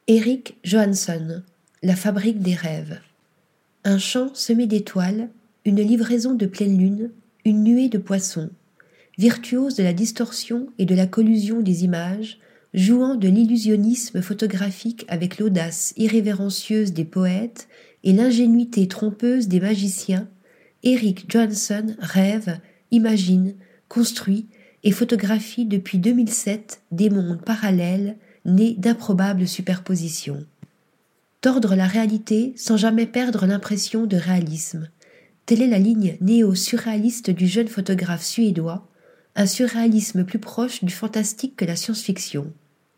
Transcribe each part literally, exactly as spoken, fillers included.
Erik Johansson, La fabrique des rêves. Un champ semé d'étoiles, une livraison de pleine lune, une nuée de poissons, virtuose de la distorsion et de la collusion des images, jouant de l'illusionnisme photographique avec l'audace irrévérencieuse des poètes et l'ingénuité trompeuse des magiciens, Erik Johansson rêve, imagine, construit et photographie depuis deux mille sept des mondes parallèles nés d'improbables superpositions. Tordre la réalité sans jamais perdre l'impression de réalisme. Telle est la ligne néo-surréaliste du jeune photographe suédois, un surréalisme plus proche du fantastique que la science-fiction.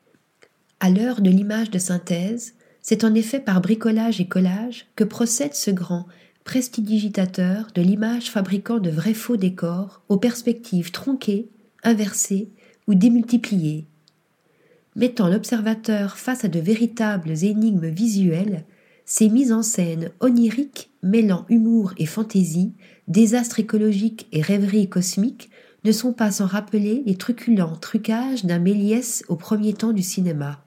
À l'heure de l'image de synthèse, c'est en effet par bricolage et collage que procède ce grand prestidigitateur de l'image fabriquant de vrais faux décors aux perspectives tronquées, inversées ou démultipliées. Mettant l'observateur face à de véritables énigmes visuelles, ces mises en scène oniriques mêlant humour et fantaisie, désastre écologique et rêverie cosmique ne sont pas sans rappeler les truculents trucages d'un Méliès au premier temps du cinéma.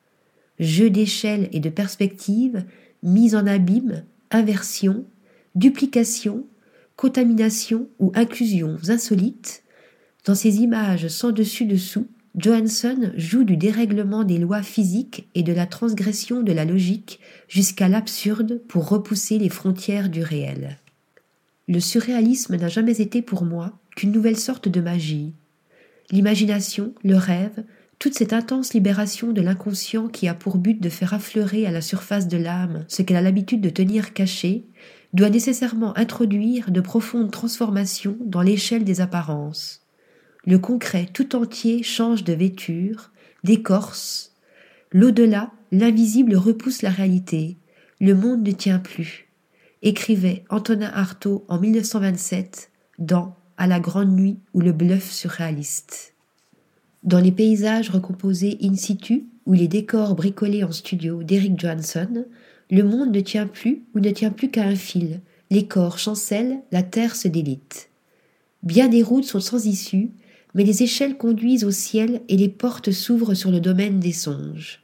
Jeux d'échelle et de perspective, mise en abîme, inversion, duplication, contamination ou inclusions insolites, dans ces images sans dessus-dessous, Johansson joue du dérèglement des lois physiques et de la transgression de la logique jusqu'à l'absurde pour repousser les frontières du réel. Le surréalisme n'a jamais été pour moi qu'une nouvelle sorte de magie. L'imagination, le rêve, toute cette intense libération de l'inconscient qui a pour but de faire affleurer à la surface de l'âme ce qu'elle a l'habitude de tenir caché, doit nécessairement introduire de profondes transformations dans l'échelle des apparences. Le concret tout entier change de vêture, d'écorce. L'au-delà, l'invisible repousse la réalité. Le monde ne tient plus. Écrivait Antonin Artaud en mille neuf cent vingt-sept dans À la grande nuit ou le bluff surréaliste. Dans les paysages recomposés in situ ou les décors bricolés en studio d'Erik Johansson, le monde ne tient plus ou ne tient plus qu'à un fil. Les corps chancellent, la terre se délite. Bien des routes sont sans issue, mais les échelles conduisent au ciel et les portes s'ouvrent sur le domaine des songes.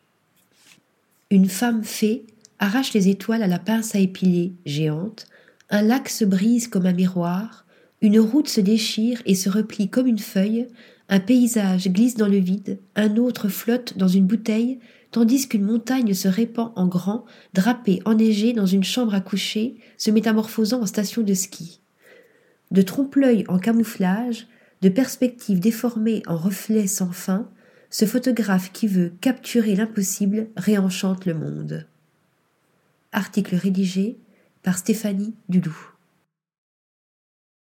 Une femme fée arrache les étoiles à la pince à épiler, géante, un lac se brise comme un miroir, une route se déchire et se replie comme une feuille, un paysage glisse dans le vide, un autre flotte dans une bouteille, tandis qu'une montagne se répand en grand, drapée, enneigée dans une chambre à coucher, se métamorphosant en station de ski. De trompe-l'œil en camouflage, de perspectives déformées en reflets sans fin, ce photographe qui veut capturer l'impossible réenchante le monde. Article rédigé par Stéphanie Dulou.